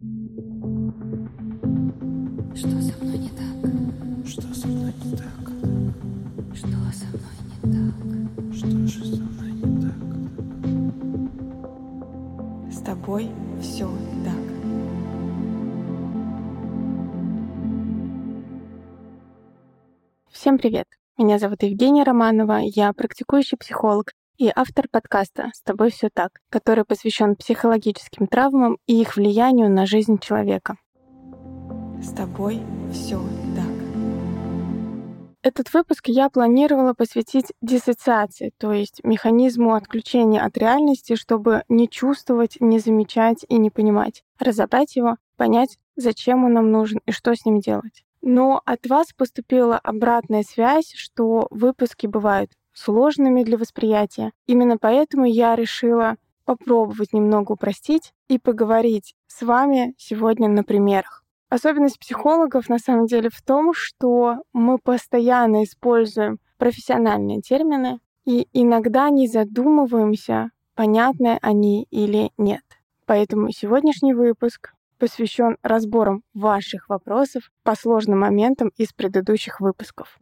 Что со мной не так? Что со мной не так? Что со мной не так? Что же со мной не так? С тобой все так. Всем привет! Меня зовут Евгения Романова, я практикующий психолог и автор подкаста «С тобой все так», который посвящен психологическим травмам и их влиянию на жизнь человека. С тобой все так. Этот выпуск я планировала посвятить диссоциации, то есть механизму отключения от реальности, чтобы не чувствовать, не замечать и не понимать. Разобрать его, понять, зачем он нам нужен и что с ним делать. Но от вас поступила обратная связь, что выпуски бывают сложными для восприятия. Именно поэтому я решила попробовать немного упростить и поговорить с вами сегодня на примерах. Особенность психологов на самом деле в том, что мы постоянно используем профессиональные термины и иногда не задумываемся, понятны они или нет. Поэтому сегодняшний выпуск посвящен разборам ваших вопросов по сложным моментам из предыдущих выпусков.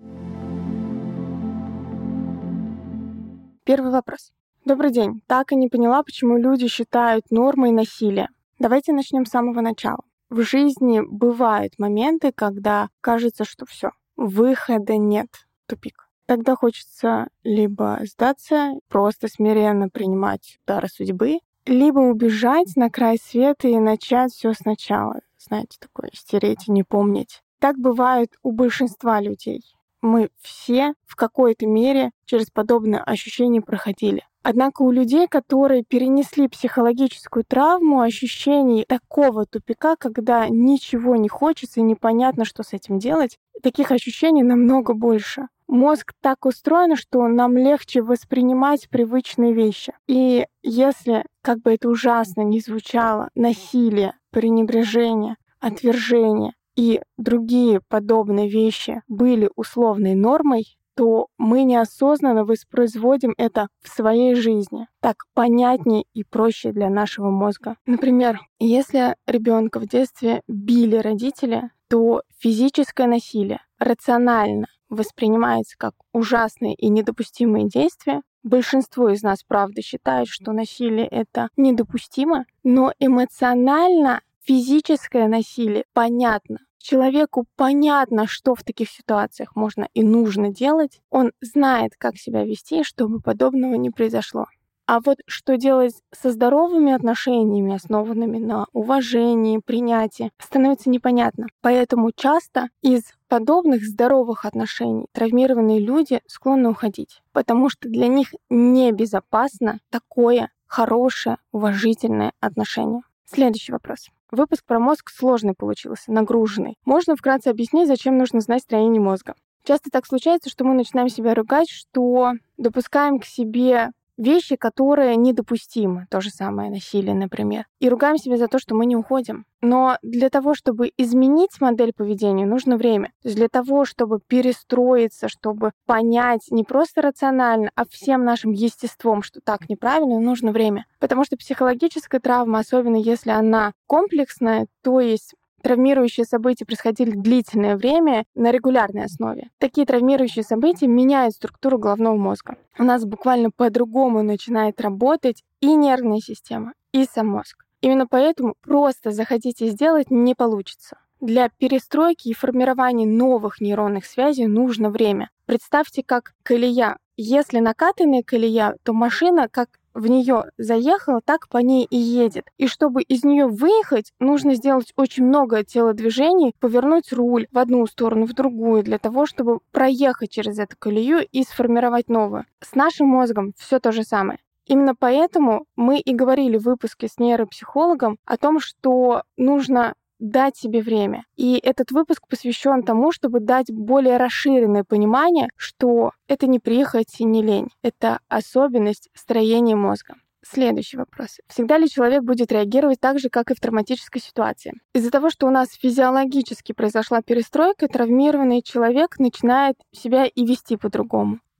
Первый вопрос. Добрый день. Так и не поняла, почему люди считают нормой насилие. Давайте начнем с самого начала. В жизни бывают моменты, когда кажется, что все, выхода нет, тупик. Тогда хочется либо сдаться, просто смиренно принимать удары судьбы, либо убежать на край света и начать все сначала. Знаете, такое стереть и не помнить. Так бывает у большинства людей. Мы все в какой-то мере через подобное ощущение проходили. Однако у людей, которые перенесли психологическую травму, ощущений такого тупика, когда ничего не хочется и непонятно, что с этим делать, таких ощущений намного больше. Мозг так устроен, что нам легче воспринимать привычные вещи. И если, как бы это ужасно ни звучало, насилие, пренебрежение, отвержение и другие подобные вещи были условной нормой, то мы неосознанно воспроизводим это в своей жизни. Так понятнее и проще для нашего мозга. Например, если ребенка в детстве били родители, то физическое насилие рационально воспринимается как ужасные и недопустимые действия. Большинство из нас, правда, считает, что насилие — это недопустимо, но эмоционально физическое насилие понятно. Человеку понятно, что в таких ситуациях можно и нужно делать. Он знает, как себя вести, чтобы подобного не произошло. А вот что делать со здоровыми отношениями, основанными на уважении, принятии, становится непонятно. Поэтому часто из подобных здоровых отношений травмированные люди склонны уходить, потому что для них небезопасно такое хорошее, уважительное отношение. Следующий вопрос. Выпуск про мозг сложный получился, нагруженный. Можно вкратце объяснить, зачем нужно знать строение мозга? Часто так случается, что мы начинаем себя ругать, что допускаем к себе вещи, которые недопустимы. То же самое насилие, например. И ругаем себя за то, что мы не уходим. Но для того, чтобы изменить модель поведения, нужно время. То есть для того, чтобы перестроиться, чтобы понять не просто рационально, а всем нашим естеством, что так неправильно, нужно время. Потому что психологическая травма, особенно если она комплексная, то есть травмирующие события происходили длительное время на регулярной основе. Такие травмирующие события меняют структуру головного мозга. У нас буквально по-другому начинает работать и нервная система, и сам мозг. Именно поэтому просто захотите сделать не получится. Для перестройки и формирования новых нейронных связей нужно время. Представьте, как колея. Если накатанная колея, то машина как в нее заехала, так по ней и едет. И чтобы из нее выехать, нужно сделать очень много телодвижений, повернуть руль в одну сторону, в другую, для того, чтобы проехать через эту колею и сформировать новую. С нашим мозгом все то же самое. Именно поэтому мы и говорили в выпуске с нейропсихологом о том, что нужно дать себе время. И этот выпуск посвящен тому, чтобы дать более расширенное понимание, что это не прихоть и не лень, это особенность строения мозга. Следующий вопрос. Всегда ли человек будет реагировать так же, как и в травматической ситуации? Из-за того, что у нас физиологически произошла перестройка, травмированный человек начинает себя и вести по-другому.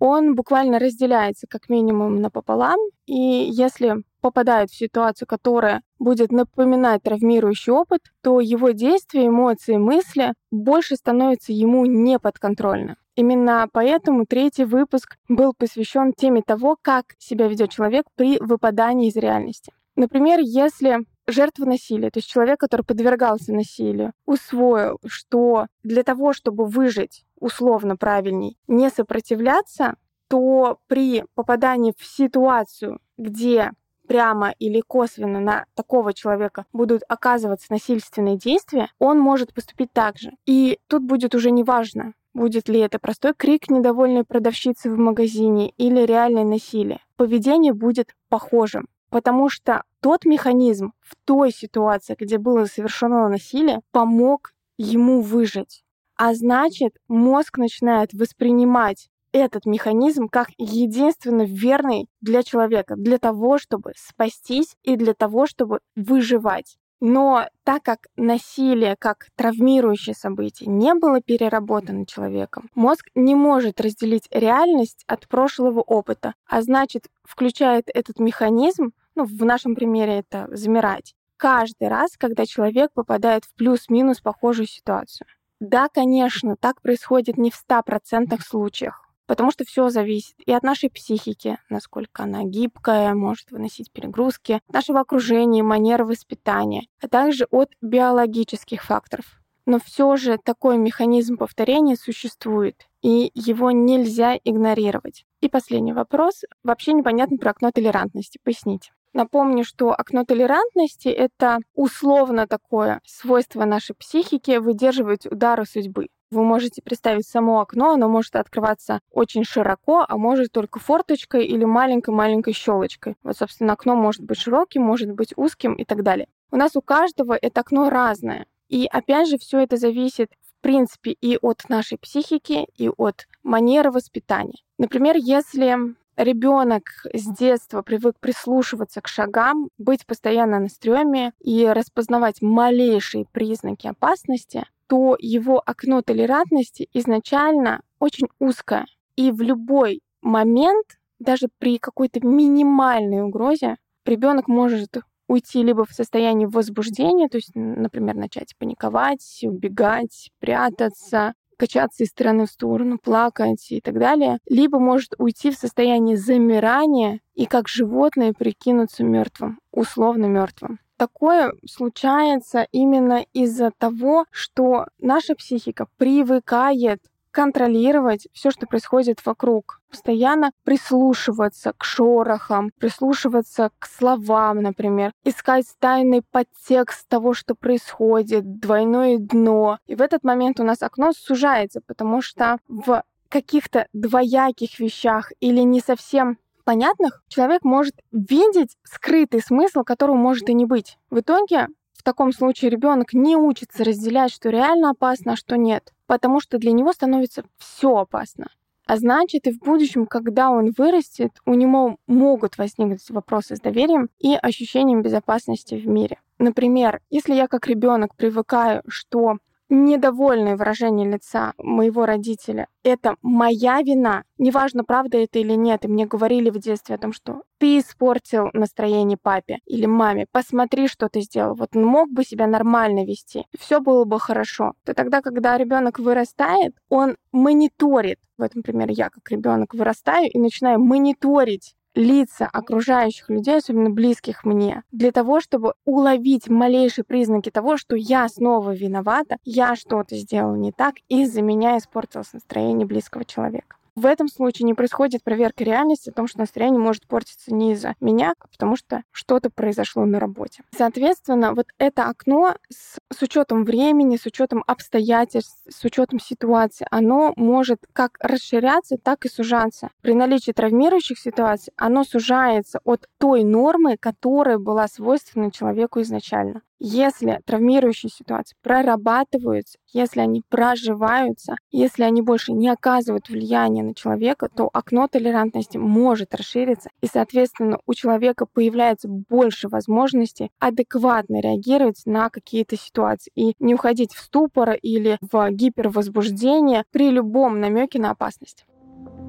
он буквально разделяется как минимум напополам, и если попадает в ситуацию, которая будет напоминать травмирующий опыт, то его действия, эмоции, мысли больше становятся ему неподконтрольны. Именно поэтому третий выпуск был посвящен теме того, как себя ведет человек при выпадании из реальности. Например, если жертва насилия, то есть человек, который подвергался насилию, усвоил, что для того, чтобы выжить условно правильней, не сопротивляться, то при попадании в ситуацию, где прямо или косвенно на такого человека будут оказываться насильственные действия, он может поступить так же. И тут будет уже неважно, будет ли это простой крик недовольной продавщицы в магазине или реальное насилие. Поведение будет похожим, потому что тот механизм в той ситуации, где было совершено насилие, помог ему выжить. А значит, мозг начинает воспринимать этот механизм как единственно верный для человека, для того, чтобы спастись и для того, чтобы выживать. Но так как насилие как травмирующее событие не было переработано человеком, мозг не может разделить реальность от прошлого опыта, а значит, включает этот механизм, в нашем примере это замирать, каждый раз, когда человек попадает в плюс-минус похожую ситуацию. Да, конечно, так происходит не в 100% случаях, потому что все зависит и от нашей психики, насколько она гибкая, может выносить перегрузки, от нашего окружения, манеры воспитания, а также от биологических факторов. Но все же такой механизм повторения существует, и его нельзя игнорировать. И последний вопрос. Вообще непонятно про окно толерантности. Поясните. Напомню, что окно толерантности — это условно такое свойство нашей психики выдерживать удары судьбы. Вы можете представить само окно, оно может открываться очень широко, а может только форточкой или маленькой-маленькой щелочкой. Вот, собственно, окно может быть широким, может быть узким и так далее. У нас у каждого это окно разное. И опять же, все это зависит, в принципе, и от нашей психики, и от манеры воспитания. Например, если ребенок с детства привык прислушиваться к шагам, быть постоянно на стрёме и распознавать малейшие признаки опасности, то его окно толерантности изначально очень узкое. И в любой момент, даже при какой-то минимальной угрозе, ребенок может уйти либо в состояние возбуждения, то есть, например, начать паниковать, убегать, прятаться, качаться из стороны в сторону, плакать и так далее, либо может уйти в состояние замирания и как животное прикинуться мертвым, условно мертвым. Такое случается именно из-за того, что наша психика привыкает контролировать все, что происходит вокруг, постоянно прислушиваться к шорохам, прислушиваться к словам, например, искать тайный подтекст того, что происходит, двойное дно. И в этот момент у нас окно сужается, потому что в каких-то двояких вещах или не совсем понятных человек может видеть скрытый смысл, которого может и не быть. В итоге в таком случае ребенок не учится разделять, что реально опасно, а что нет, потому что для него становится все опасно. А значит, и в будущем, когда он вырастет, у него могут возникнуть вопросы с доверием и ощущением безопасности в мире. Например, если я как ребенок привыкаю, что недовольное выражение лица моего родителя — это моя вина, неважно, правда это или нет, и мне говорили в детстве о том, что ты испортил настроение папе или маме, посмотри, что ты сделал, вот он мог бы себя нормально вести, все было бы хорошо. То тогда, когда ребенок вырастает, он мониторит, в этом примере я как ребенок вырастаю и начинаю мониторить лица окружающих людей, особенно близких мне, для того, чтобы уловить малейшие признаки того, что я снова виновата, я что-то сделала не так, из-за меня испортилось настроение близкого человека. В этом случае не происходит проверка реальности о том, что настроение может портиться не из-за меня, а потому что что-то произошло на работе. Соответственно, вот это окно с учетом времени, с учетом обстоятельств, с учетом ситуации, оно может как расширяться, так и сужаться. При наличии травмирующих ситуаций оно сужается от той нормы, которая была свойственна человеку изначально. Если травмирующие ситуации прорабатываются, если они проживаются, если они больше не оказывают влияния на человека, то окно толерантности может расшириться, и, соответственно, у человека появляется больше возможностей адекватно реагировать на какие-то ситуации и не уходить в ступор или в гипервозбуждение при любом намеке на опасность.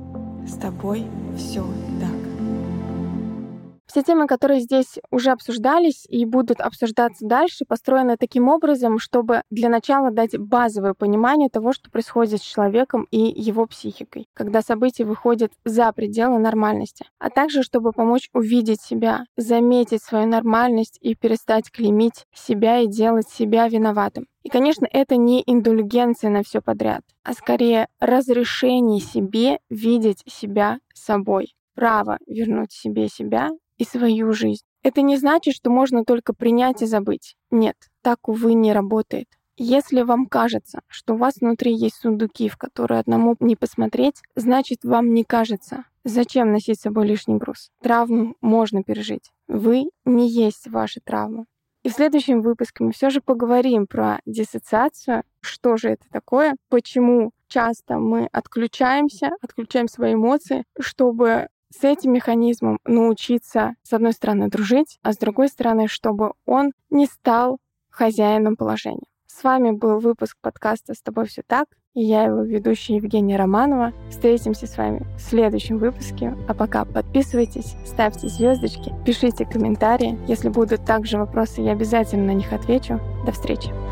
с тобой все так. Все темы, которые здесь уже обсуждались и будут обсуждаться дальше, построены таким образом, чтобы для начала дать базовое понимание того, что происходит с человеком и его психикой, когда события выходят за пределы нормальности, а также чтобы помочь увидеть себя, заметить свою нормальность и перестать клеймить себя и делать себя виноватым. И, конечно, это не индульгенция на все подряд, а скорее разрешение себе видеть себя собой, право вернуть себе себя и свою жизнь. Это не значит, что можно только принять и забыть. Нет, так, увы, не работает. Если вам кажется, что у вас внутри есть сундуки, в которые одному не посмотреть, значит, вам не кажется. Зачем носить с собой лишний груз? Травму можно пережить. Вы не есть ваша травма. И в следующем выпуске мы все же поговорим про диссоциацию, что же это такое, почему часто мы отключаем свои эмоции, чтобы с этим механизмом научиться, с одной стороны, дружить, а с другой стороны, чтобы он не стал хозяином положения. С вами был выпуск подкаста «С тобой все так», и я его ведущая Евгения Романова. Встретимся с вами в следующем выпуске. А пока подписывайтесь, ставьте звездочки, пишите комментарии. Если будут также вопросы, я обязательно на них отвечу. До встречи!